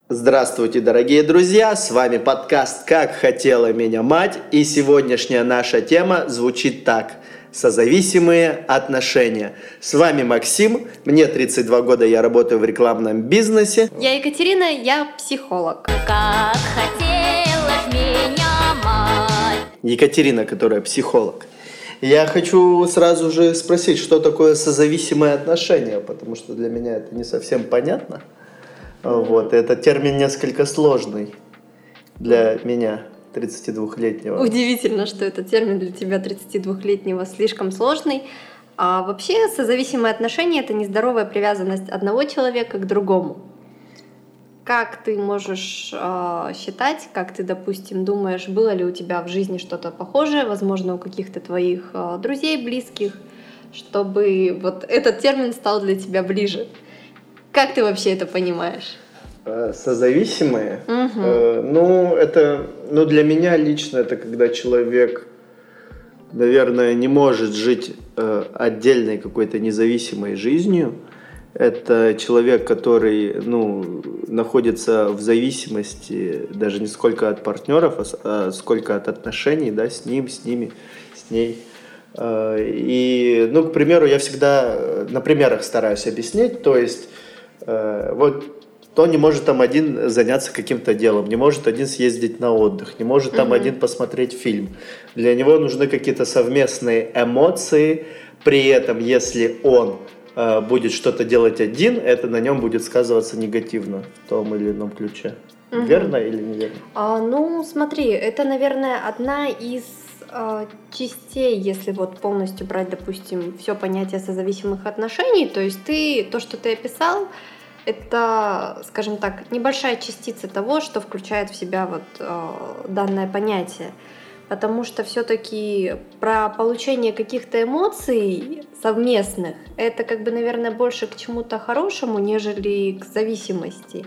Здравствуйте, дорогие друзья! С вами подкаст «Как хотела меня мать», и сегодняшняя наша тема звучит так: созависимые отношения. С вами Максим, мне 32 года, я работаю в рекламном бизнесе. Я Екатерина, я психолог. Как хотела ж меня мать. Екатерина, которая психолог. Я хочу сразу же спросить, что такое созависимые отношения, потому что для меня это не совсем понятно. Вот, этот термин несколько сложный для меня, 32-летнего. Удивительно, что этот термин для тебя, 32-летнего, слишком сложный. А вообще созависимые отношения — это нездоровая привязанность одного человека к другому. Как ты можешь считать, как ты, допустим, думаешь, было ли у тебя в жизни что-то похожее, возможно, у каких-то твоих друзей, близких, чтобы вот этот термин стал для тебя ближе? Как ты вообще это понимаешь? Созависимые? Угу. Для меня лично это когда человек, наверное, не может жить отдельной какой-то независимой жизнью. Это человек, который находится в зависимости даже не сколько от партнеров, а сколько от отношений, да, с ним, с ними, с ней. И, к примеру, я всегда на примерах стараюсь объяснить, то есть вот кто не может там один заняться каким-то делом, не может один съездить на отдых, не может там один посмотреть фильм. Для него нужны какие-то совместные эмоции, при этом если он будет что-то делать один, это на нем будет сказываться негативно в том или ином ключе. Верно или неверно? Смотри, это, наверное, одна из частей, если вот полностью брать, допустим, все понятие созависимых отношений, то есть то, что ты описал, это, скажем так, небольшая частица того, что включает в себя вот данное понятие. Потому что все-таки про получение каких-то эмоций совместных, это наверное, больше к чему-то хорошему, нежели к зависимости.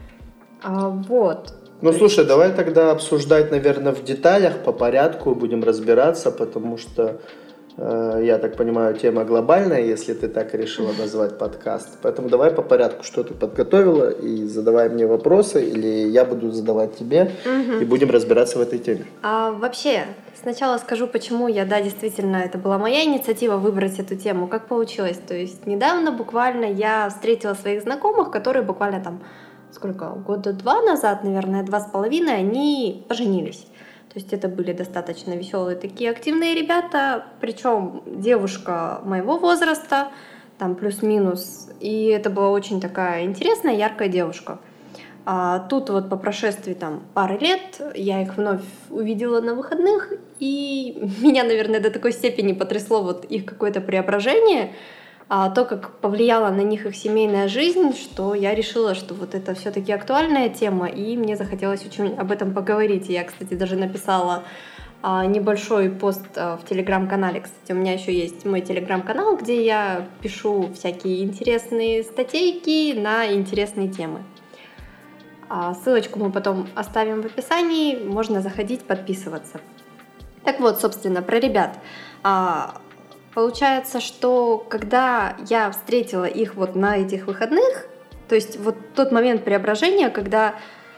Вот. Слушай, давай тогда обсуждать, наверное, в деталях, по порядку, будем разбираться, потому что, я так понимаю, тема глобальная, если ты так решила назвать подкаст. Поэтому давай по порядку, что ты подготовила, и задавай мне вопросы, или я буду задавать тебе, и будем разбираться в этой теме. Вообще, сначала скажу, почему действительно, это была моя инициатива выбрать эту тему. Как получилось? То есть недавно буквально я встретила своих знакомых, которые буквально года 2 назад, наверное, 2,5, они поженились. То есть это были достаточно веселые такие активные ребята, причем девушка моего возраста, там плюс-минус, и это была очень такая интересная, яркая девушка. Тут вот по прошествии пары лет я их вновь увидела на выходных, и меня, наверное, до такой степени потрясло вот их какое-то преображение, то, как повлияла на них их семейная жизнь, что я решила, что вот это все-таки актуальная тема, и мне захотелось очень об этом поговорить. И я, кстати, даже написала небольшой пост в телеграм-канале. Кстати, у меня еще есть мой телеграм-канал, где я пишу всякие интересные статейки на интересные темы. Ссылочку мы потом оставим в описании, можно заходить, подписываться. Так вот, собственно, про ребят. Получается, что когда я встретила их вот на этих выходных, то есть вот тот момент преображения, когда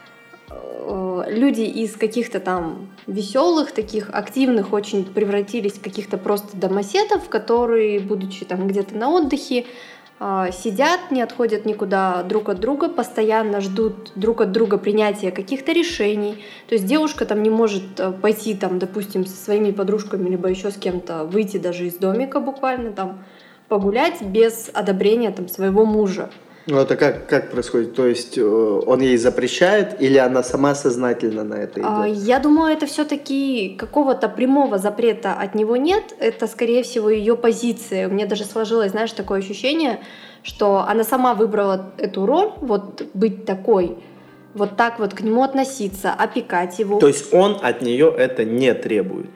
люди из каких-то там веселых, таких активных очень превратились в каких-то просто домоседов, которые, будучи там где-то на отдыхе, сидят, не отходят никуда друг от друга, постоянно ждут друг от друга принятия каких-то решений. То есть девушка там не может пойти, допустим, со своими подружками, либо еще с кем-то, выйти даже из домика буквально, погулять без одобрения своего мужа. Это как происходит? То есть он ей запрещает или она сама сознательно на это идет? Я думаю, это все-таки какого-то прямого запрета от него нет. Это, скорее всего, ее позиция. У меня даже сложилось, такое ощущение, что она сама выбрала эту роль, вот быть такой, вот так вот к нему относиться, опекать его. То есть он от нее это не требует?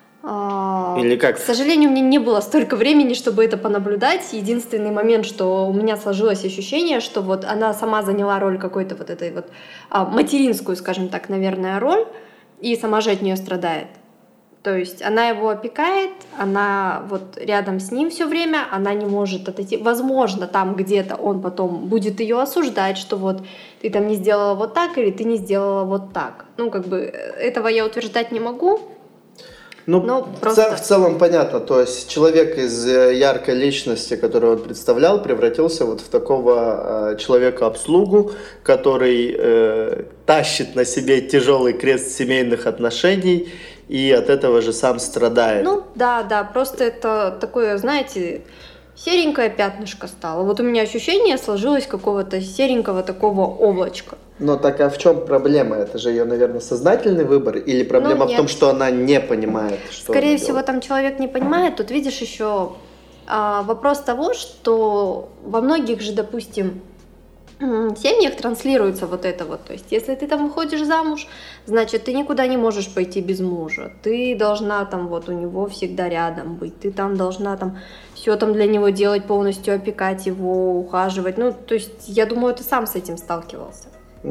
Или как? К сожалению, у меня не было столько времени, чтобы это понаблюдать. Единственный момент, что у меня сложилось ощущение, что вот она сама заняла роль какой-то вот этой вот материнскую, скажем так, наверное, роль, и сама же от нее страдает. То есть она его опекает, она вот рядом с ним все время, она не может отойти. Возможно, там где-то он потом будет ее осуждать, что вот ты там не сделала вот так или ты не сделала вот так. Ну, как бы этого я утверждать не могу. Ну, Но просто... в целом понятно, то есть человек из яркой личности, которую он представлял, превратился вот в такого человека-обслугу, который тащит на себе тяжелый крест семейных отношений и от этого же сам страдает. Ну, да, просто это такое, знаете, серенькое пятнышко стало. Вот у меня ощущение сложилось какого-то серенького такого облачка. Но так а в чем проблема? Это же ее, наверное, сознательный выбор? Или проблема в том, что она не понимает, что Скорее всего, там человек не понимает. Тут видишь еще вопрос того, что во многих же, допустим, семьях транслируется вот это вот. То есть, если ты там выходишь замуж, значит, ты никуда не можешь пойти без мужа. Ты должна там вот у него всегда рядом быть. Ты там должна там все там для него делать, полностью опекать его, ухаживать. Ну, то есть, я думаю, ты сам с этим сталкивался.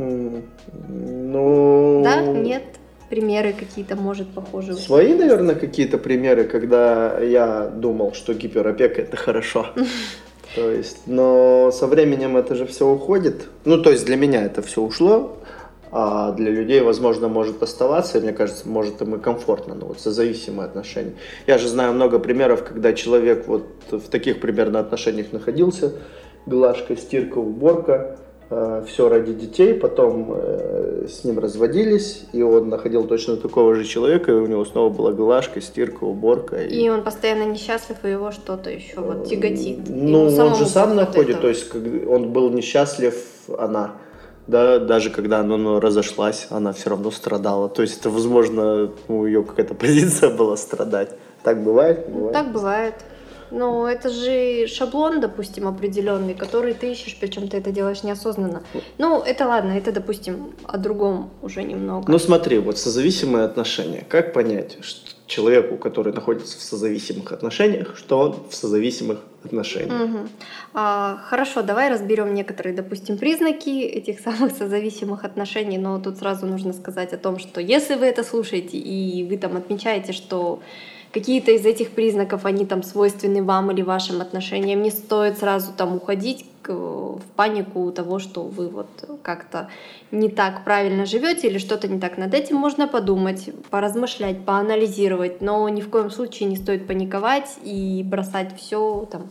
Ну... Да? Нет? Примеры какие-то, может, похожие? Свои, наверное, какие-то примеры, когда я думал, что гиперопека – это хорошо. То есть, но со временем это же все уходит. Ну, то есть для меня это все ушло, а для людей, возможно, может оставаться, и мне кажется, может им и комфортно, но вот созависимые отношения. Я же знаю много примеров, когда человек вот в таких примерно отношениях находился, глажка, стирка, уборка, все ради детей, потом с ним разводились, и он находил точно такого же человека, и у него снова была глажка, стирка, уборка. И он постоянно несчастлив, и его что-то еще вот тяготит. Ну, он же сам находит, то есть он был несчастлив, она, да, даже когда она разошлась, она все равно страдала. То есть это, возможно, у ее какая-то позиция была страдать. Так бывает? Бывает. Так бывает. Но это же шаблон, допустим, определенный, который ты ищешь, причем ты это делаешь неосознанно. Ну, это ладно, это, допустим, о другом уже немного. Ну, смотри, вот созависимые отношения. Как понять, что человеку, который находится в созависимых отношениях, что он в созависимых отношениях? Хорошо, давай разберем некоторые, допустим, признаки этих самых созависимых отношений, но тут сразу нужно сказать о том, что если вы это слушаете и вы там отмечаете, что какие-то из этих признаков, они там свойственны вам или вашим отношениям, не стоит сразу там уходить в панику того, что вы вот как-то не так правильно живете или что-то не так. Над этим можно подумать, поразмышлять, поанализировать, но ни в коем случае не стоит паниковать и бросать все там.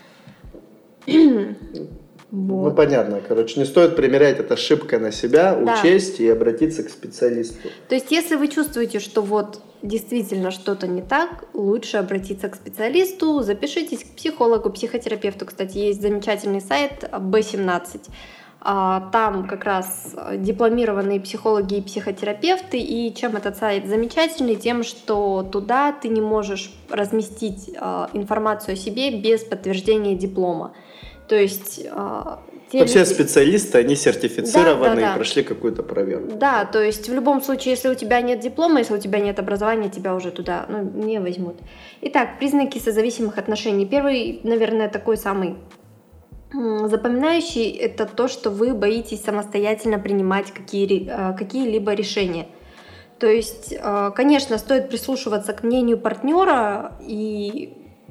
Вот. Вот. Ну, понятно. Короче, не стоит примерять это ошибкой на себя, учесть и обратиться к специалисту. То есть, если вы чувствуете, что вот действительно что-то не так, лучше обратиться к специалисту, запишитесь к психологу, психотерапевту. Кстати, есть замечательный сайт B17. Там как раз дипломированные психологи и психотерапевты. И чем этот сайт замечательный? Тем, что туда ты не можешь разместить информацию о себе без подтверждения диплома. То есть все специалисты, они сертифицированы и прошли какую-то проверку. Да, то есть в любом случае, если у тебя нет диплома, если у тебя нет образования, тебя уже туда не возьмут. Итак, признаки созависимых отношений. Первый, наверное, такой самый запоминающий, это то, что вы боитесь самостоятельно принимать какие-либо решения. То есть, конечно, стоит прислушиваться к мнению партнера и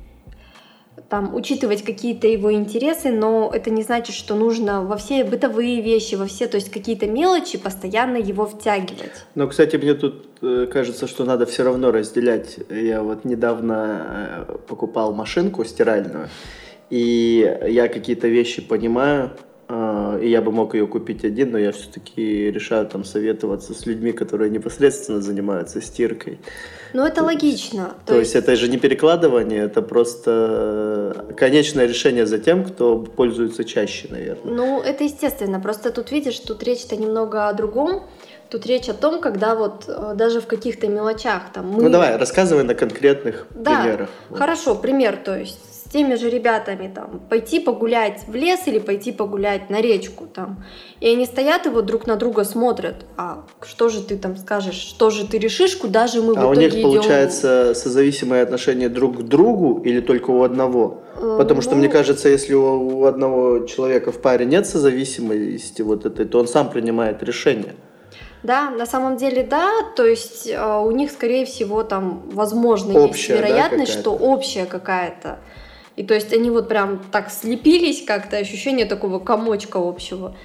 там, учитывать какие-то его интересы, но это не значит, что нужно во все бытовые вещи, то есть какие-то мелочи постоянно его втягивать. Но, кстати, мне тут кажется, что надо все равно разделять. Я вот недавно покупал машинку стиральную, и я какие-то вещи понимаю, и я бы мог ее купить один, но я все-таки решаю там советоваться с людьми, которые непосредственно занимаются стиркой. Ну, это логично. То есть это же не перекладывание, это просто конечное решение за тем, кто пользуется чаще, наверное. Ну, это естественно. Просто тут, видишь, тут речь-то немного о другом. Тут речь о том, когда вот даже в каких-то мелочах там мы... Ну, давай, рассказывай на конкретных примерах. Хорошо, пример, то есть с теми же ребятами там пойти погулять в лес или пойти погулять на речку там. И они стоят и вот друг на друга смотрят. А что же ты там скажешь, что же ты решишь, куда же мы в итоге идем? А у них получается созависимое отношение друг к другу или только у одного? Потому что мне кажется, если у одного человека в паре нет созависимости вот этой, то он сам принимает решение. Да, на самом деле, да, то есть у них, скорее всего, там, возможно, Общая, есть вероятность, да, что общая какая-то. И то есть они вот прям так слепились как-то, ощущение такого комочка общего.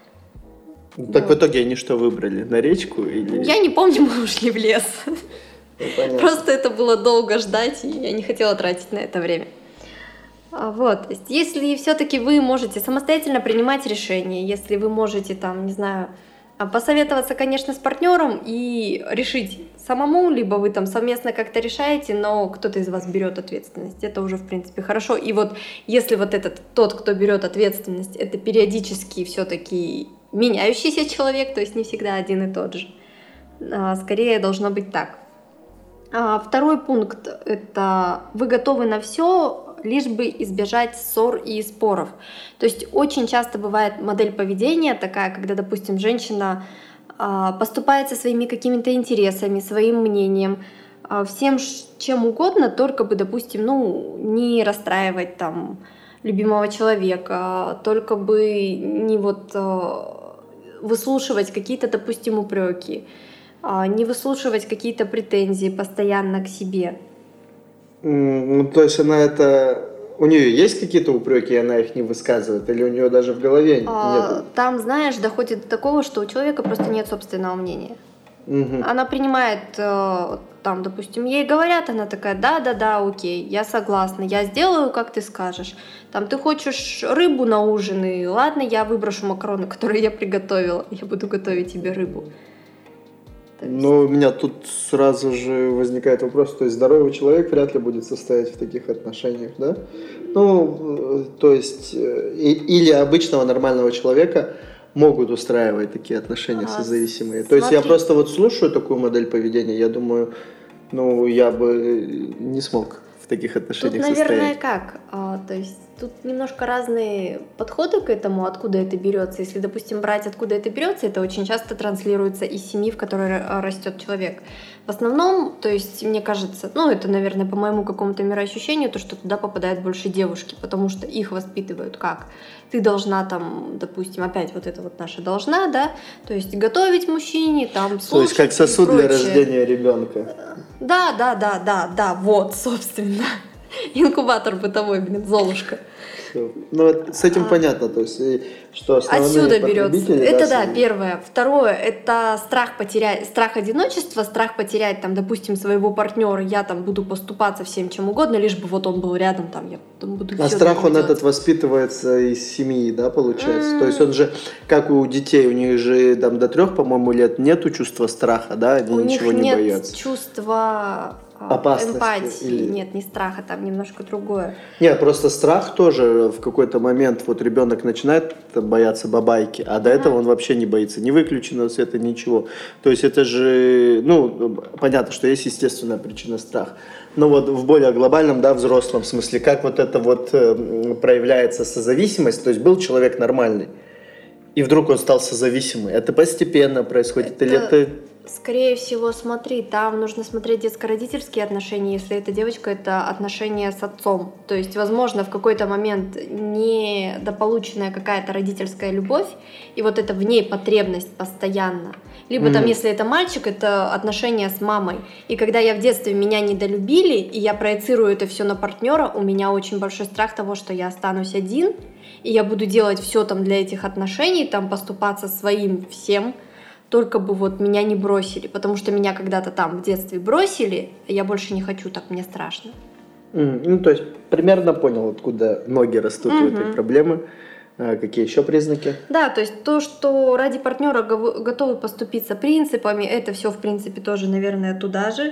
Так Вот. в итоге они что выбрали? На речку или... Я не помню, мы ушли в лес. Ну, понятно. Просто это было долго ждать, и я не хотела тратить на это время. Вот, то есть если все-таки вы можете самостоятельно принимать решения, если вы можете там, не знаю, посоветоваться, конечно, с партнером и решить самому, либо вы там совместно как-то решаете, но кто-то из вас берет ответственность, это уже в принципе хорошо. И вот если вот этот тот, кто берет ответственность, это периодически все-таки меняющийся человек, то есть не всегда один и тот же, скорее должно быть так. Второй пункт – это вы готовы на все, лишь бы избежать ссор и споров. То есть очень часто бывает модель поведения такая, когда, допустим, женщина поступает со своими какими-то интересами, своим мнением, всем чем угодно, только бы, допустим, не расстраивать там любимого человека, только бы не выслушивать какие-то, допустим, упреки, не выслушивать какие-то претензии постоянно к себе. То есть у нее есть какие-то упреки, и она их не высказывает, или у нее даже в голове нет? Там, знаешь, доходит до такого, что у человека просто нет собственного мнения. Угу. Она принимает, там, допустим, ей говорят, она такая, да, окей, я согласна, я сделаю, как ты скажешь. Там, ты хочешь рыбу на ужин, и ладно, я выброшу макароны, которые я приготовила, я буду готовить тебе рыбу. Ну, у меня тут сразу же возникает вопрос, то есть здоровый человек вряд ли будет состоять в таких отношениях, да? Ну, то есть, или обычного нормального человека могут устраивать такие отношения созависимые. То есть я просто вот слушаю такую модель поведения, я думаю, я бы не смог в таких отношениях тут, наверное, состоять. как? То есть тут немножко разные подходы к этому, откуда это берется. Если, допустим, брать, откуда это берется, это очень часто транслируется из семьи, в которой растет человек. В основном, то есть, мне кажется, это, наверное, по моему какому-то мироощущению, то, что туда попадают больше девушки, потому что их воспитывают как? Ты должна там, допустим, опять вот это вот наша должна, да, то есть готовить мужчине, там, слушать. То есть как сосуд для рождения ребенка. Да, вот, собственно. Инкубатор бытовой, Золушка. С этим понятно, то есть, что основные отсюда берется. потребители... Это да, первое. Второе, это страх одиночества, страх потерять, там, допустим, своего партнера. Я там буду поступаться всем чем угодно, лишь бы вот он был рядом, там, я там буду все страх, он делать. Этот воспитывается из семьи, да, получается? То есть он же, как у детей, у них же там до 3, по-моему, лет нету чувства страха, да, они ничего не боятся. У них нет чувства... опасности эмпатии. или... Нет, не страха, там немножко другое. Нет, просто страх тоже в какой-то момент, вот ребенок начинает бояться бабайки, а до этого он вообще не боится ни выключенного света, ничего. То есть это же, понятно, что есть естественная причина страха. Но вот в более глобальном, да, взрослом смысле, как вот это вот проявляется созависимость, то есть был человек нормальный, и вдруг он стал созависимый. Это постепенно происходит, или это... Скорее всего, смотри, там нужно смотреть детско-родительские отношения. Если это девочка, это отношения с отцом. То есть, возможно, в какой-то момент недополученная какая-то родительская любовь, и вот это в ней потребность постоянно. Либо там, если это мальчик, это отношения с мамой. И когда я в детстве меня недолюбили, и я проецирую это все на партнера, у меня очень большой страх того, что я останусь один, и я буду делать все там для этих отношений, там поступаться своим всем, только бы вот меня не бросили, потому что меня когда-то там в детстве бросили, я больше не хочу, так мне страшно. То есть примерно понял, откуда ноги растут у этой проблемы. Какие еще признаки? Да, то есть то, что ради партнера готовы поступиться принципами, это все в принципе тоже, наверное, туда же.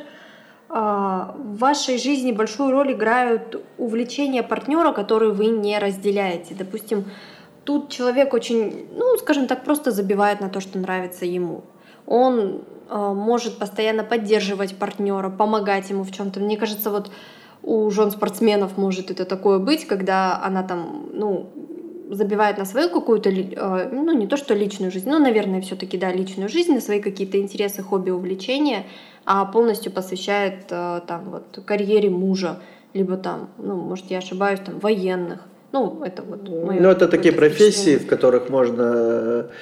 В вашей жизни большую роль играют увлечения партнера, которые вы не разделяете. Допустим, тут человек очень, скажем так, просто забивает на то, что нравится ему. Он может постоянно поддерживать партнера, помогать ему в чем-то. Мне кажется, вот у жен спортсменов может это такое быть, когда она там, забивает на свою какую-то, не то что личную жизнь, наверное, все-таки, да, личную жизнь, на свои какие-то интересы, хобби, увлечения, а полностью посвящает там вот карьере мужа, либо там, может, я ошибаюсь, там, военных. Это вот мое. Это такие профессии, в которых можно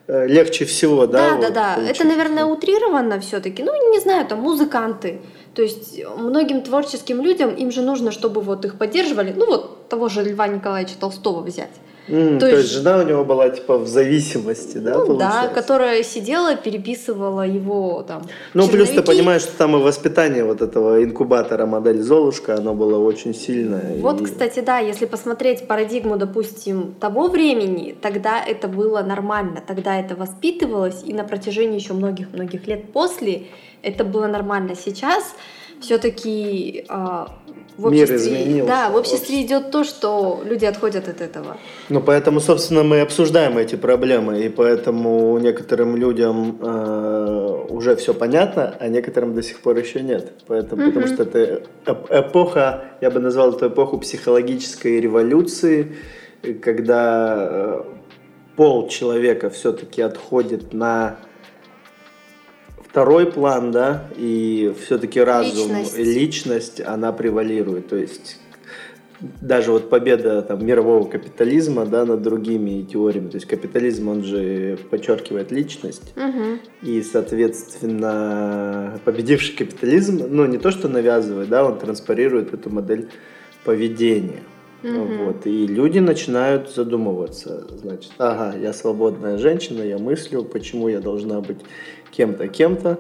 легче всего, да? Да. Это, наверное, утрированно все-таки. Ну, не знаю, там музыканты. То есть многим творческим людям им же нужно, чтобы вот их поддерживали. Ну вот того же Льва Николаевича Толстого взять. То есть жена у него была типа в зависимости, да, ну, получается? Да, которая сидела, переписывала его там. Ну, плюс ты понимаешь, что там и воспитание вот этого инкубатора модель Золушка, оно было очень сильное. Вот, кстати, да, если посмотреть парадигму, допустим, того времени, тогда это было нормально, тогда это воспитывалось, и на протяжении еще многих-многих лет после это было нормально. Сейчас все-таки в обществе, мир изменился. Да, в обществе идет то, что люди отходят от этого. Ну, поэтому, собственно, мы обсуждаем эти проблемы, и поэтому некоторым людям уже все понятно, а некоторым до сих пор еще нет. Поэтому, потому что это эпоха, я бы назвал эту эпоху психологической революции, когда пол человека все-таки отходит на второй план, да, и все-таки разум, личность, она превалирует. То есть даже вот победа там, мирового капитализма, да, над другими теориями. То есть капитализм, он же подчеркивает личность. И, соответственно, победивший капитализм, ну, не то, что навязывает, да, он транспарирует эту модель поведения. Вот. И люди начинают задумываться, значит, ага, я свободная женщина, я мыслю, почему я должна быть кем-то,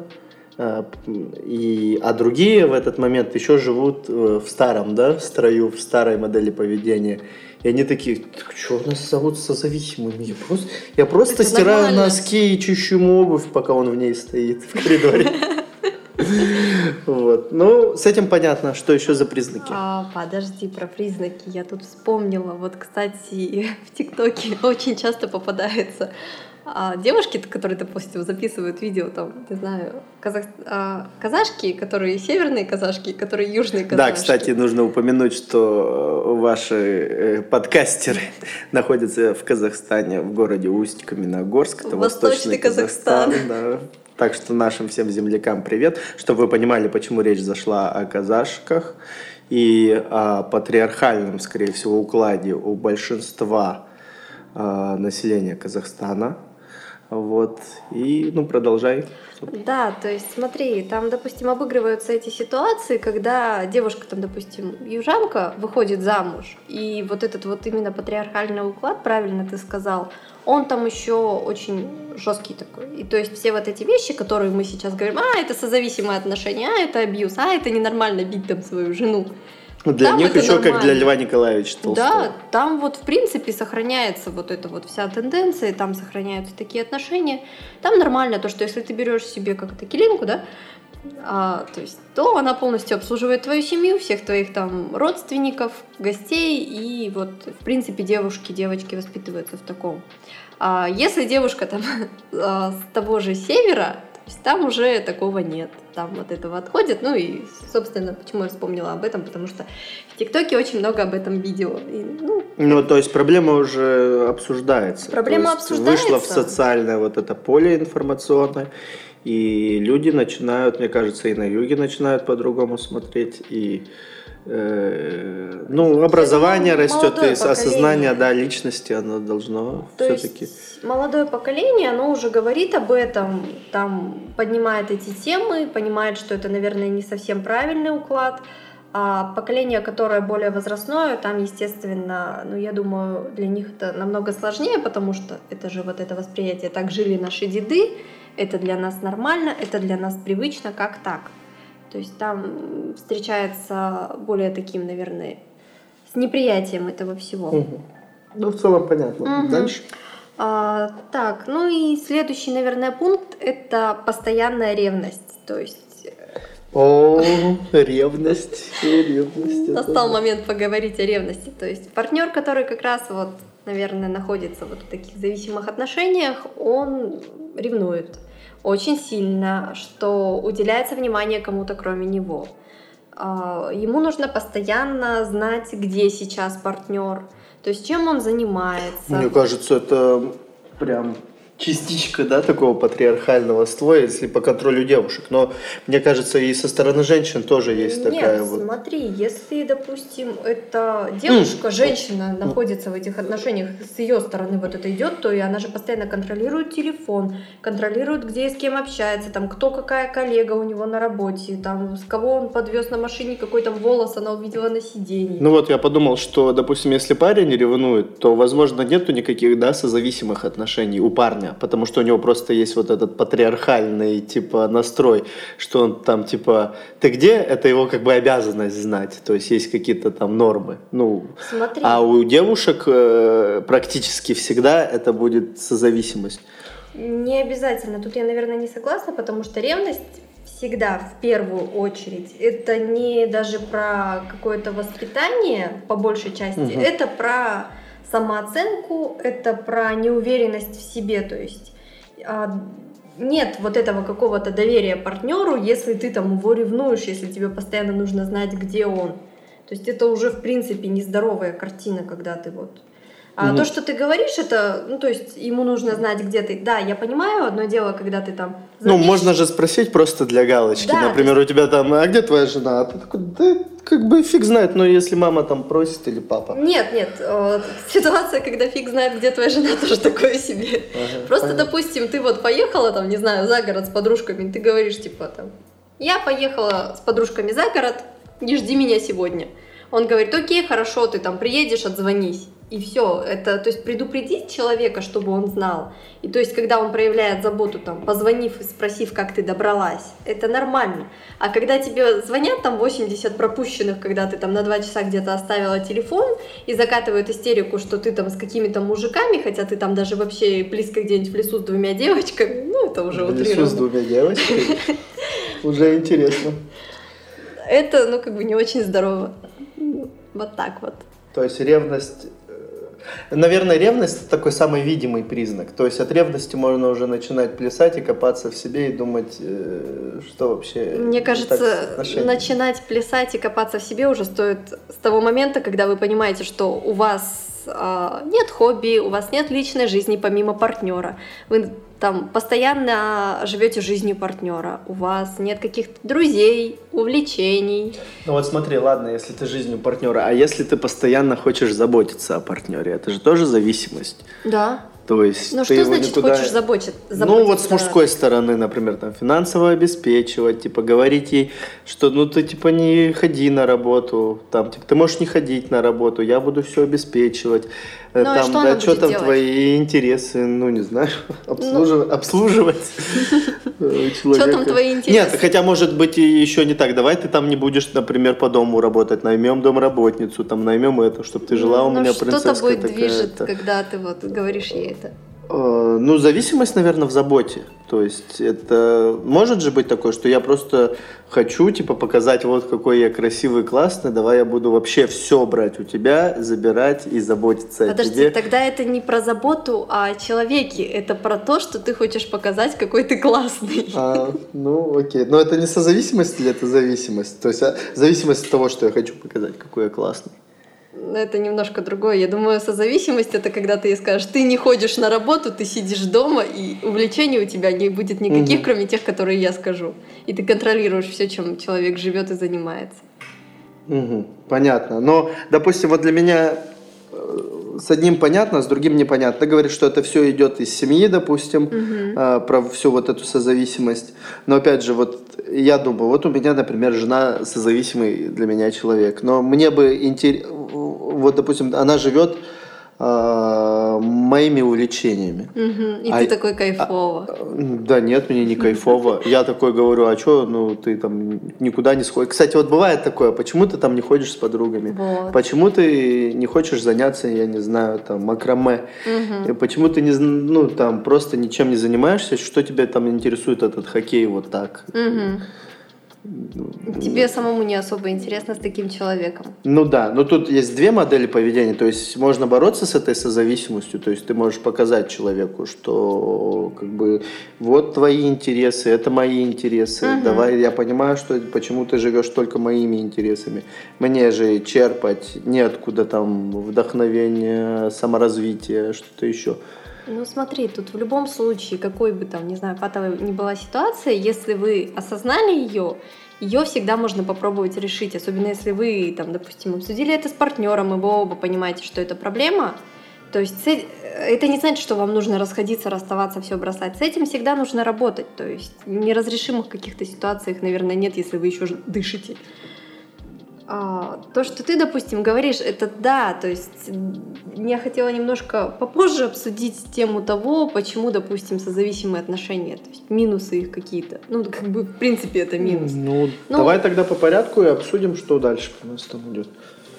а другие в этот момент еще живут в старом, да, строю, в старой модели поведения. И они такие, что у нас зовут созависимыми? Я просто стираю нормально носки и чищу ему обувь, пока он в ней стоит в коридоре. Вот. Ну, с этим понятно, что еще за признаки. Подожди, про признаки я тут вспомнила. Вот, кстати, в ТикТоке очень часто попадаются девушки, которые, допустим, записывают видео, там, не знаю, казашки, которые северные казашки, которые южные казашки. Да, кстати, нужно упомянуть, что ваши подкастеры находятся в Казахстане, в городе Усть-Каменогорск, это Восточный Казахстан. Да. Так что нашим всем землякам привет, чтобы вы понимали, почему речь зашла о казашках и о патриархальном, скорее всего, укладе у большинства населения Казахстана. Вот. И, продолжай. Да, то есть смотри, там, допустим, обыгрываются эти ситуации, когда девушка, там, допустим, южанка выходит замуж, и вот этот вот именно патриархальный уклад, правильно ты сказал, он там еще очень жесткий такой. И то есть все вот эти вещи, которые мы сейчас говорим, это созависимые отношения, это абьюз, это ненормально бить там свою жену. Для них еще нормально. Как для Льва Николаевича Толстого. Да, там вот в принципе сохраняется вот эта вот вся тенденция, там сохраняются такие отношения. Там нормально то, что если ты берешь себе как-то килимку, да, то она полностью обслуживает твою семью, всех твоих там родственников, гостей, и вот в принципе девочки воспитываются в таком. Если девушка там с того же севера, там уже такого нет, там от этого отходят. Ну и, собственно, почему я вспомнила об этом, потому что в ТикТоке очень много об этом видео. И, то есть проблема уже обсуждается. Проблема обсуждается. Вышла в социальное вот это поле информационное, и люди начинают, мне кажется, и на юге начинают по-другому смотреть, и образование растет, и осознание, да, личности, оно должно все-таки. Молодое поколение, оно уже говорит об этом, там поднимает эти темы, понимает, что это, наверное, не совсем правильный уклад. А поколение, которое более возрастное, там, естественно, я думаю, для них это намного сложнее, потому что это же вот это восприятие, так жили наши деды, это для нас нормально, это для нас привычно, как так. То есть там встречается более таким, наверное, с неприятием этого всего. В целом понятно. Дальше? Так, и следующий, наверное, пункт – это постоянная ревность. То есть… Ревность. Настал момент поговорить о ревности. То есть партнер, который как раз вот, наверное, находится вот в таких зависимых отношениях, он ревнует очень сильно, что уделяется внимание кому-то кроме него. Ему нужно постоянно знать, где сейчас партнер, то есть чем он занимается. Мне кажется, это прям частичка, да, такого патриархального слоя, если по контролю девушек. Но мне кажется, и со стороны женщин тоже есть такая Нет, вот. смотри, если, допустим, эта девушка, женщина находится в этих отношениях, с ее стороны вот это идет, то и она же постоянно контролирует телефон, контролирует, где и с кем общается, там, кто какая коллега у него на работе, там, с кого он подвез на машине, какой там волос она увидела на сиденье. Ну вот я подумал, что, допустим, если парень ревнует, то, возможно, нету никаких, да, созависимых отношений у парня, потому что у него просто есть вот этот патриархальный, типа, настрой, что он там, типа, ты где? Это его как бы обязанность знать, то есть есть какие-то там нормы. Ну, Смотри. а у девушек практически всегда это будет созависимость. Не обязательно. Тут я, наверное, не согласна, потому что ревность всегда в первую очередь это не даже про какое-то воспитание по большей части, это про самооценку, это про неуверенность в себе, то есть нет вот этого какого-то доверия партнеру, если ты там его ревнуешь, если тебе постоянно нужно знать, где он. То есть это уже в принципе нездоровая картина, когда ты вот... А то, что ты говоришь, это, ну, то есть ему нужно знать, где ты. Да, я понимаю, одно дело, когда ты там... Ну, можно же спросить просто для галочки. Да, например, у тебя там, а где твоя жена? А ты такой, да, как бы фиг знает, но если мама там просит или папа. Нет, ситуация, когда фиг знает, где твоя жена, тоже такое себе. Просто, понятно. Допустим, ты вот поехала там, не знаю, за город с подружками, ты говоришь, типа, там, я поехала с подружками за город, не жди меня сегодня. Он говорит, окей, хорошо, ты там приедешь, отзвонись. И все, это, то есть предупредить человека, чтобы он знал. И то есть, когда он проявляет заботу, там, позвонив и спросив, как ты добралась, это нормально. А когда тебе звонят, там, 80 пропущенных, когда ты там на 2 часа где-то оставила телефон, и закатывают истерику, что ты там с какими-то мужиками, хотя ты там даже вообще близко где-нибудь в лесу с 2 девочками, ну, это уже утрированно. В лесу с 2 девочками? Уже интересно. Это, ну, как бы не очень здорово. Вот так вот. То есть ревность... Наверное, ревность – это такой самый видимый признак. То есть от ревности можно уже начинать плясать и копаться в себе и думать, что вообще... Мне кажется, начинать плясать и копаться в себе уже стоит с того момента, когда вы понимаете, что у вас нет хобби, у вас нет личной жизни помимо партнера. Вы там постоянно живете жизнью партнера, у вас нет каких-то друзей, увлечений. Ну вот смотри, ладно, если ты жизнью партнера, а если ты постоянно хочешь заботиться о партнере, это же тоже зависимость. Да. То есть ну что значит хочешь заботиться? Ну вот с мужской стороны, например, там финансово обеспечивать, типа говорить ей, что ну ты типа не ходи на работу, там типа ты можешь не ходить на работу, я буду все обеспечивать. Ну, там, да, что там делать? Твои интересы, ну не знаю, обслуживать человека. Что там твои интересы? Нет, хотя может быть и еще не так. Давай ты там не будешь, например, по дому работать, наймем домработницу, там наймем это, чтобы ты жила у меня принцесска. Что тобой движет, когда ты вот говоришь ей это? Ну, зависимость, наверное, в заботе. То есть это может же быть такое, что я просто хочу, типа, показать, вот какой я красивый, классный, давай я буду вообще все брать у тебя, забирать и заботиться о тебе. Подожди, тогда это не про заботу о человеке, это про то, что ты хочешь показать, какой ты классный. Ну, окей. Но это не созависимость или это зависимость? То есть зависимость от того, что я хочу показать, какой я классный. Это немножко другое. Я думаю, созависимость — это когда ты ей скажешь, ты не ходишь на работу, ты сидишь дома, и увлечений у тебя не будет никаких, кроме тех, которые я скажу. И ты контролируешь все, чем человек живет и занимается. Понятно. Но, допустим, вот для меня с одним понятно, с другим непонятно. Ты говоришь, что это все идет из семьи, допустим, про всю вот эту созависимость. Но опять же, вот я думаю, вот у меня, например, жена созависимый для меня человек. Но мне бы интересно, вот, допустим, она живет моими увлечениями. И ты такой кайфово. Да нет, мне не кайфово. Я такой говорю, а что, ну ты там никуда не сходишь. Кстати, вот бывает такое, почему ты там не ходишь с подругами? Вот. Почему ты не хочешь заняться, я не знаю, там, макраме? Почему ты не, ну, там, просто ничем не занимаешься? Что тебя там интересует этот хоккей вот так? Тебе самому не особо интересно с таким человеком. Ну да, но тут есть две модели поведения, то есть можно бороться с этой созависимостью, то есть ты можешь показать человеку, что как бы вот твои интересы, это мои интересы, давай, я понимаю, что почему ты живешь только моими интересами, мне же черпать неоткуда там вдохновение, саморазвитие, что-то еще. Ну смотри, тут в любом случае, какой бы там, не знаю, патовой ни была ситуация, если вы осознали ее всегда можно попробовать решить, особенно если вы, там, допустим, обсудили это с партнером, и вы оба понимаете, что это проблема. То есть это не значит, что вам нужно расходиться, расставаться, все бросать. С этим всегда нужно работать. То есть неразрешимых каких-то ситуаций, наверное, нет, если вы еще дышите. То, что ты, допустим, говоришь, это да, то есть я хотела немножко попозже обсудить тему того, почему, допустим, созависимые отношения, то есть минусы их какие-то. Ну, как бы, в принципе, это минус. Ну, давай тогда по порядку и обсудим, что дальше у нас там идет.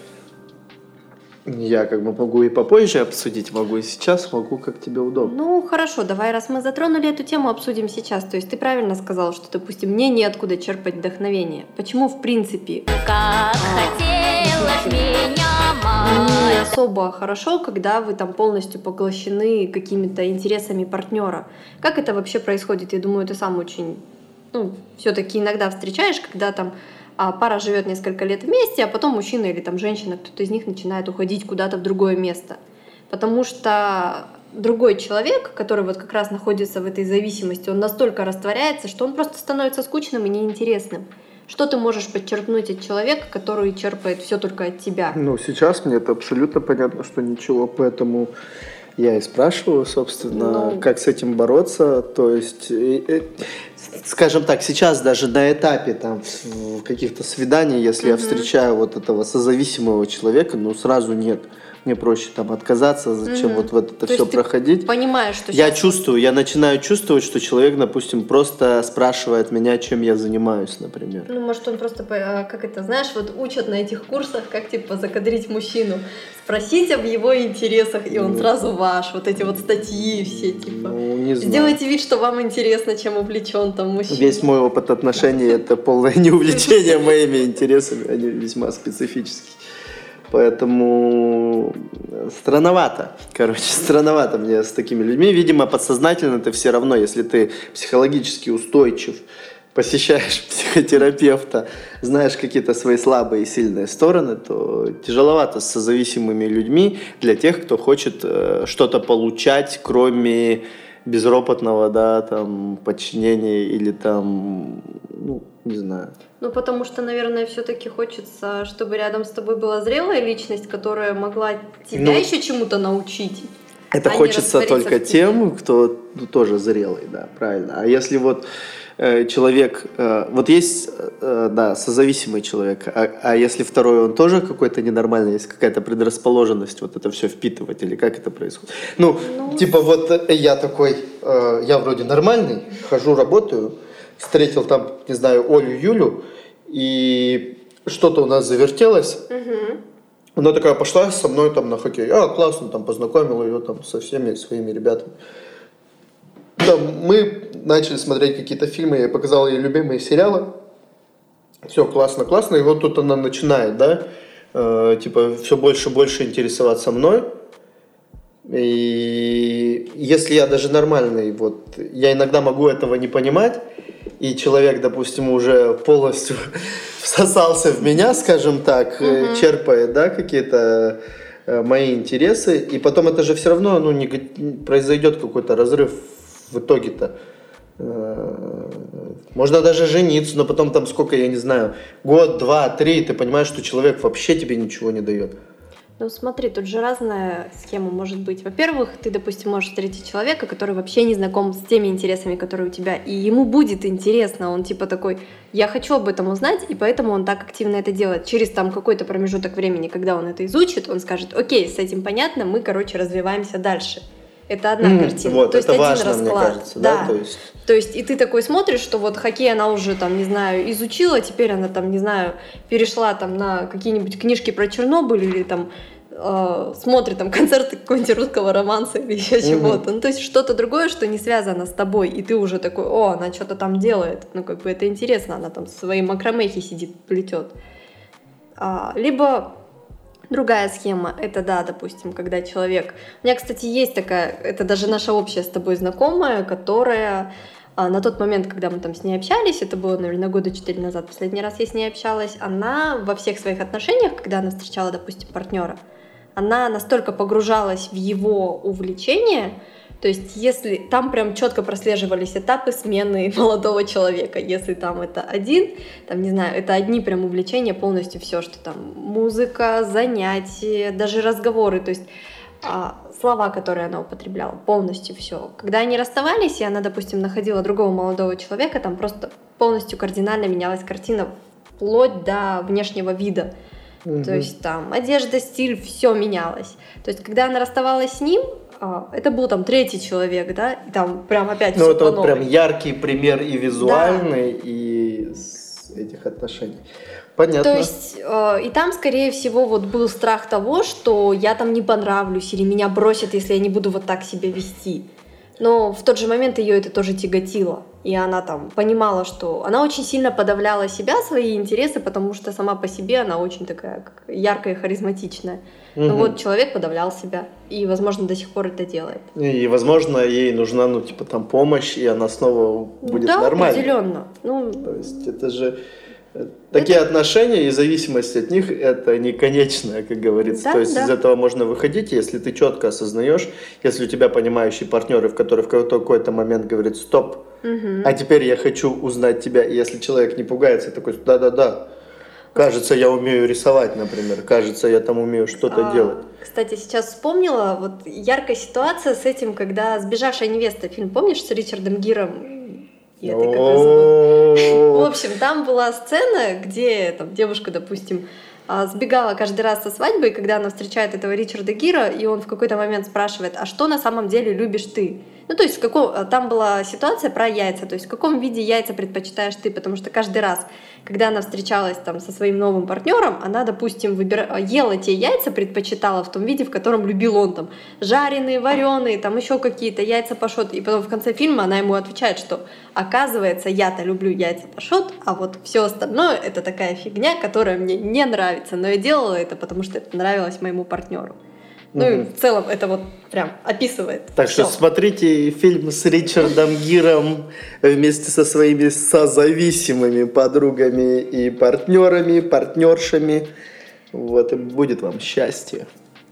Я как бы могу и попозже обсудить, могу и сейчас, могу как тебе удобно. Ну, хорошо, давай, раз мы затронули эту тему, обсудим сейчас. То есть ты правильно сказал, что, допустим, мне неоткуда черпать вдохновение. Почему, в принципе, Как хотелось меня не мать. особо хорошо, когда вы там полностью поглощены какими-то интересами партнера? Как это вообще происходит? Я думаю, ты сам очень, все-таки иногда встречаешь, когда там пара живет несколько лет вместе, а потом мужчина или там женщина, кто-то из них начинает уходить куда-то в другое место. Потому что другой человек, который вот как раз находится в этой зависимости, он настолько растворяется, что он просто становится скучным и неинтересным. Что ты можешь подчеркнуть от человека, который черпает все только от тебя? Ну, сейчас мне это абсолютно понятно, что ничего, поэтому я и спрашиваю, собственно, как с этим бороться. То есть, скажем так, сейчас даже на этапе там в каких-то свиданий, если я встречаю вот этого созависимого человека, сразу нет. Мне проще там отказаться, зачем вот в это все проходить. Понимаешь, что я начинаю чувствовать, что человек, допустим, просто спрашивает меня, чем я занимаюсь, например. Ну, может, он просто, как это, знаешь, вот учат на этих курсах, как, типа, закадрить мужчину. Спросить об его интересах, и он сразу ваш. Вот эти вот статьи все, типа. Не знаю. Сделайте вид, что вам интересно, чем увлечен там мужчина. Весь мой опыт отношений – это полное неувлечение моими интересами, они весьма специфические. Поэтому странновато мне с такими людьми. Видимо, подсознательно ты все равно, если ты психологически устойчив, посещаешь психотерапевта, знаешь какие-то свои слабые и сильные стороны, то тяжеловато с созависимыми людьми для тех, кто хочет что-то получать, кроме безропотного, там, подчинения или там, не знаю. Потому что, наверное, все-таки хочется, чтобы рядом с тобой была зрелая личность, которая могла тебя еще чему-то научить. Это хочется только тем, кто тоже зрелый, да, правильно. А если вот человек, вот есть, созависимый человек, а если второй, он тоже какой-то ненормальный, есть какая-то предрасположенность вот это все впитывать, или как это происходит? Типа вот я такой, я вроде нормальный, хожу, работаю, встретил там, не знаю, Олю, Юлю, и что-то у нас завертелось. Она такая пошла со мной там на хоккей. Классно, там познакомил ее там со всеми своими ребятами. Там мы начали смотреть какие-то фильмы, я показал ей любимые сериалы. Все классно. И вот тут она начинает, типа все больше и больше интересоваться мной. И если я даже нормальный, вот я иногда могу этого не понимать, и человек, допустим, уже полностью всосался в меня, скажем так, черпает, какие-то мои интересы, и потом это же все равно, произойдет какой-то разрыв в итоге-то. Можно даже жениться, но потом там сколько, я не знаю, год, 2, 3, ты понимаешь, что человек вообще тебе ничего не дает. Смотри, тут же разная схема может быть. Во-первых, ты, допустим, можешь встретить человека, который вообще не знаком с теми интересами, которые у тебя, и ему будет интересно, он типа такой, я хочу об этом узнать, и поэтому он так активно это делает. Через там какой-то промежуток времени, когда он это изучит, он скажет, окей, с этим понятно, мы, развиваемся дальше. Это одна картина. Вот, то есть это один важно, расклад. мне кажется, да? То есть и ты такой смотришь, что вот хоккей она уже там, не знаю, изучила, теперь она там, не знаю, перешла там на какие-нибудь книжки про Чернобыль или там смотрит там концерты какого-нибудь русского романса или еще чего-то. То есть что-то другое, что не связано с тобой, и ты уже такой, она что-то там делает. Это интересно, она там свои макромехи сидит, плетет. Либо другая схема, это допустим, когда человек... У меня, кстати, есть такая, это даже наша общая с тобой знакомая, которая на тот момент, когда мы там с ней общались, это было, наверное, 4 года назад, последний раз я с ней общалась, она во всех своих отношениях, когда она встречала, допустим, партнера, она настолько погружалась в его увлечение, То есть, если там прям четко прослеживались этапы смены молодого человека, если там это один, там, не знаю, это одни прям увлечения, полностью все, что там музыка, занятия, даже разговоры, то есть слова, которые она употребляла, полностью все. Когда они расставались, и она, допустим, находила другого молодого человека, там просто полностью кардинально менялась картина, вплоть до внешнего вида. То есть там одежда, стиль, все менялось. То есть, когда она расставалась с ним, это был там третий человек, да, и там прям опять все это по вот новой. прям яркий пример и визуальный, и с этих отношений. Понятно. То есть, и там, скорее всего, вот был страх того, что я там не понравлюсь, или меня бросят, если я не буду вот так себя вести. Но в тот же момент ее это тоже тяготило. И она там понимала, что она очень сильно подавляла себя, свои интересы, потому что сама по себе она очень такая яркая и харизматичная. Но вот человек подавлял себя. И, возможно, до сих пор это делает. И, возможно, ей нужна, там помощь, и она снова будет нормальной. Да, определенно. То есть это же... Такие отношения и зависимость от них это не конечное, как говорится. Да, то есть из этого можно выходить, если ты четко осознаешь, если у тебя понимающие партнеры, в которые в какой-то момент говорят стоп, а теперь я хочу узнать тебя. И если человек не пугается, такой да-да-да, кажется, я умею рисовать, например, кажется, я там умею что-то делать. Кстати, сейчас вспомнила вот яркая ситуация с этим, когда «Сбежавшая невеста», фильм, помнишь, с Ричардом Гиром? В общем, там была сцена, где там девушка, допустим, сбегала каждый раз со свадьбы, и когда она встречает этого Ричарда Гира, и он в какой-то момент спрашивает, а что на самом деле любишь ты? Ну, то есть, там была ситуация про яйца, то есть, в каком виде яйца предпочитаешь ты, потому что каждый раз, когда она встречалась там со своим новым партнером, она, допустим, ела те яйца, предпочитала в том виде, в котором любил он, там, жареные, вареные, там, еще какие-то яйца пашот, и потом в конце фильма она ему отвечает, что, оказывается, я-то люблю яйца пашот, а вот все остальное — это такая фигня, которая мне не нравится, но я делала это, потому что это нравилось моему партнеру. Ну и в целом это вот прям описывает. Так всё. что смотрите фильм с Ричардом Гиром вместе со своими созависимыми подругами и партнерами, партнершами. Вот, и будет вам счастье.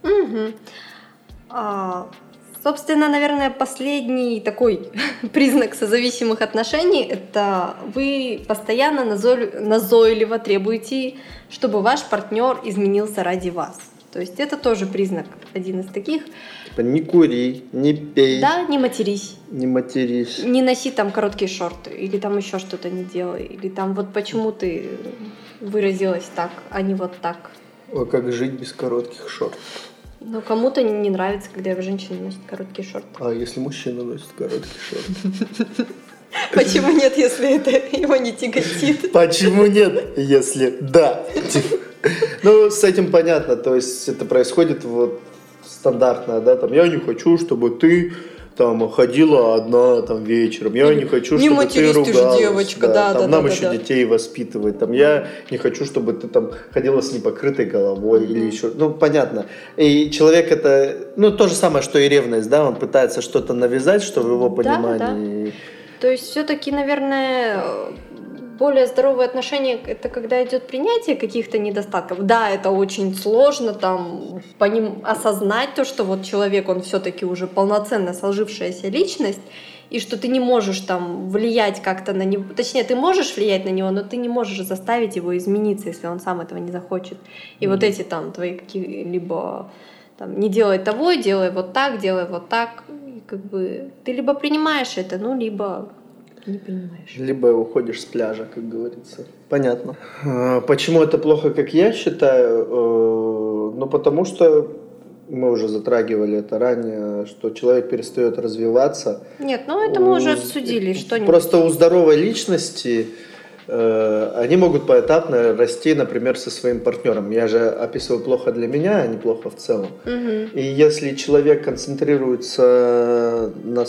Собственно, наверное, последний такой признак созависимых отношений — это вы постоянно назойливо требуете, чтобы ваш партнер изменился ради вас. То есть это тоже признак, один из таких. Типа не кури, не пей. Да, не матерись. Не матерись. Не носи там короткие шорты, или там еще что-то не делай, или там вот почему ты выразилась так, а не вот так. Ой, как жить без коротких шортов? Ну, кому-то не нравится, когда женщина носит короткие шорты. А если мужчина носит короткие шорты? Почему нет, если это его не тяготит? Почему нет, если да? Ну, с этим понятно, то есть это происходит вот стандартно, да, там, я не хочу, чтобы ты там ходила одна там вечером, я не хочу, не чтобы ты ругалась, ты же девочка, да, нам еще детей воспитывать, там, я не хочу, чтобы ты там ходила с непокрытой головой или еще, ну, понятно. И человек это, ну, то же самое, что и ревность, да, он пытается что-то навязать, что в его понимании. Да. То есть все-таки, наверное, более здоровые отношения — это когда идет принятие каких-то недостатков. Да, это очень сложно там по ним осознать то, что вот человек, он все-таки уже полноценно сложившаяся личность, и что ты не можешь там влиять как-то на него. Точнее, ты можешь влиять на него, но ты не можешь заставить его измениться, если он сам этого не захочет. И вот эти там твои какие-либо там, не делай того, делай вот так, и как бы ты либо принимаешь это, ну, либо не понимаешь. Либо уходишь с пляжа, как говорится. Понятно. Почему это плохо, как я считаю? Ну, потому что мы уже затрагивали это ранее, что человек перестает развиваться. Нет, ну это мы уже обсудили. Что-нибудь. Просто у здоровой личности они могут поэтапно расти, например, со своим партнером. Я же описываю плохо для меня, а не плохо в целом. И если человек концентрируется на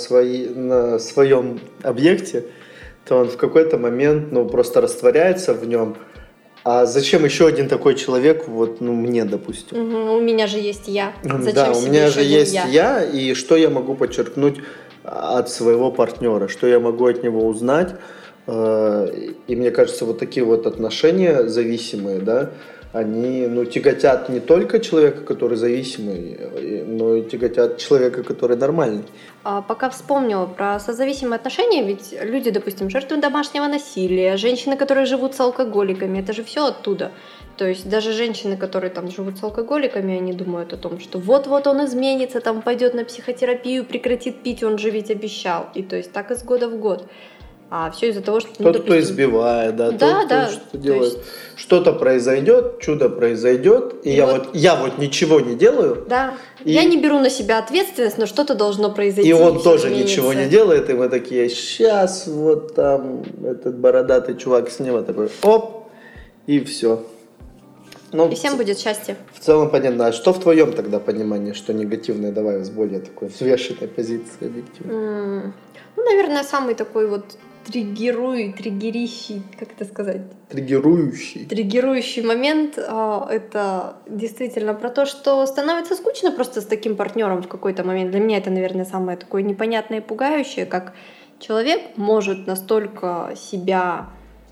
своем объекте, то он в какой-то момент, ну, просто растворяется в нем. А зачем еще один такой человек, вот, ну, мне, допустим? У меня же есть я. Зачем да, у меня же есть я? И что я могу подчеркнуть от своего партнера, что я могу от него узнать. И мне кажется, вот такие вот отношения зависимые, да, они, тяготят не только человека, который зависимый, но и тяготят человека, который нормальный. Пока вспомнила про созависимые отношения, ведь люди, допустим, жертвы домашнего насилия, женщины, которые живут с алкоголиками, это же все оттуда. То есть даже женщины, которые там живут с алкоголиками, они думают о том, что вот-вот он изменится, там пойдет на психотерапию, прекратит пить, он же ведь обещал. И то есть так из года в год. А все из-за того, что... Тот, кто избивает, да, тот, кто что делает. Что-то произойдет, чудо произойдет, и я вот ничего не делаю. Да, я не беру на себя ответственность, но что-то должно произойти. И он тоже ничего не делает, и мы такие, сейчас вот там этот бородатый чувак слева такой, оп, и все. И всем будет счастье. В целом понятно. А что в твоем тогда понимании, что негативное? Давай с более такой взвешенной позиции объективной. Наверное, самый такой вот триггерищий, как это сказать? Триггирующий момент, это действительно про то, что становится скучно просто с таким партнером в какой-то момент. Для меня это, наверное, самое такое непонятное и пугающее, как человек может настолько себя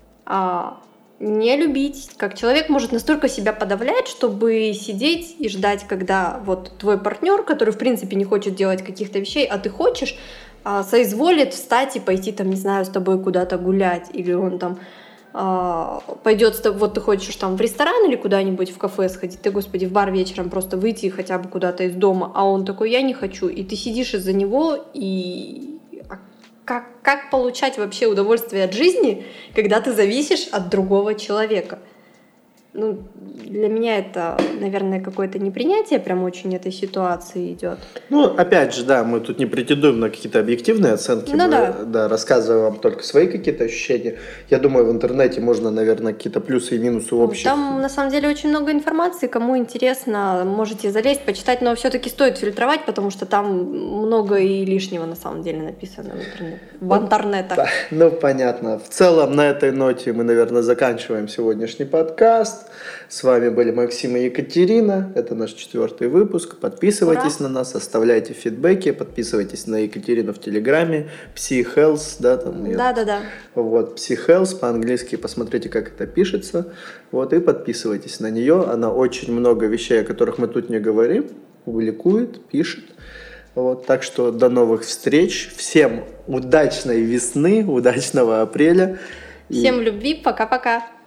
не любить, как человек может настолько себя подавлять, чтобы сидеть и ждать, когда вот твой партнер, который в принципе не хочет делать каких-то вещей, а ты хочешь, соизволит встать и пойти там, не знаю, с тобой куда-то гулять, или он там пойдет с тобой, вот ты хочешь там в ресторан или куда-нибудь в кафе сходить, ты, господи, в бар вечером просто выйти хотя бы куда-то из дома, а он такой, я не хочу, и ты сидишь из-за него, и как получать вообще удовольствие от жизни, когда ты зависишь от другого человека? Для меня это, наверное, какое-то непринятие прям очень этой ситуации идет. Опять же, да, мы тут не претендуем на какие-то объективные оценки, мы рассказываем вам только свои какие-то ощущения. Я думаю, в интернете можно, наверное, какие-то плюсы и минусы общих. Там, на самом деле, очень много информации, кому интересно, можете залезть, почитать, но все-таки стоит фильтровать, потому что там много и лишнего, на самом деле, написано в интернетах. Понятно. В целом, на этой ноте мы, наверное, заканчиваем сегодняшний подкаст. С вами были Максим и Екатерина. Это наш 4-й выпуск. Подписывайтесь на нас, оставляйте фидбэки, подписывайтесь на Екатерину в Телеграме. PsyHealth, да, там. Да. Вот, PsyHealth, по-английски посмотрите, как это пишется. Вот, и подписывайтесь на нее. Она очень много вещей, о которых мы тут не говорим, публикует, пишет. Вот, так что до новых встреч. Всем удачной весны, удачного апреля. Всем любви. Пока-пока.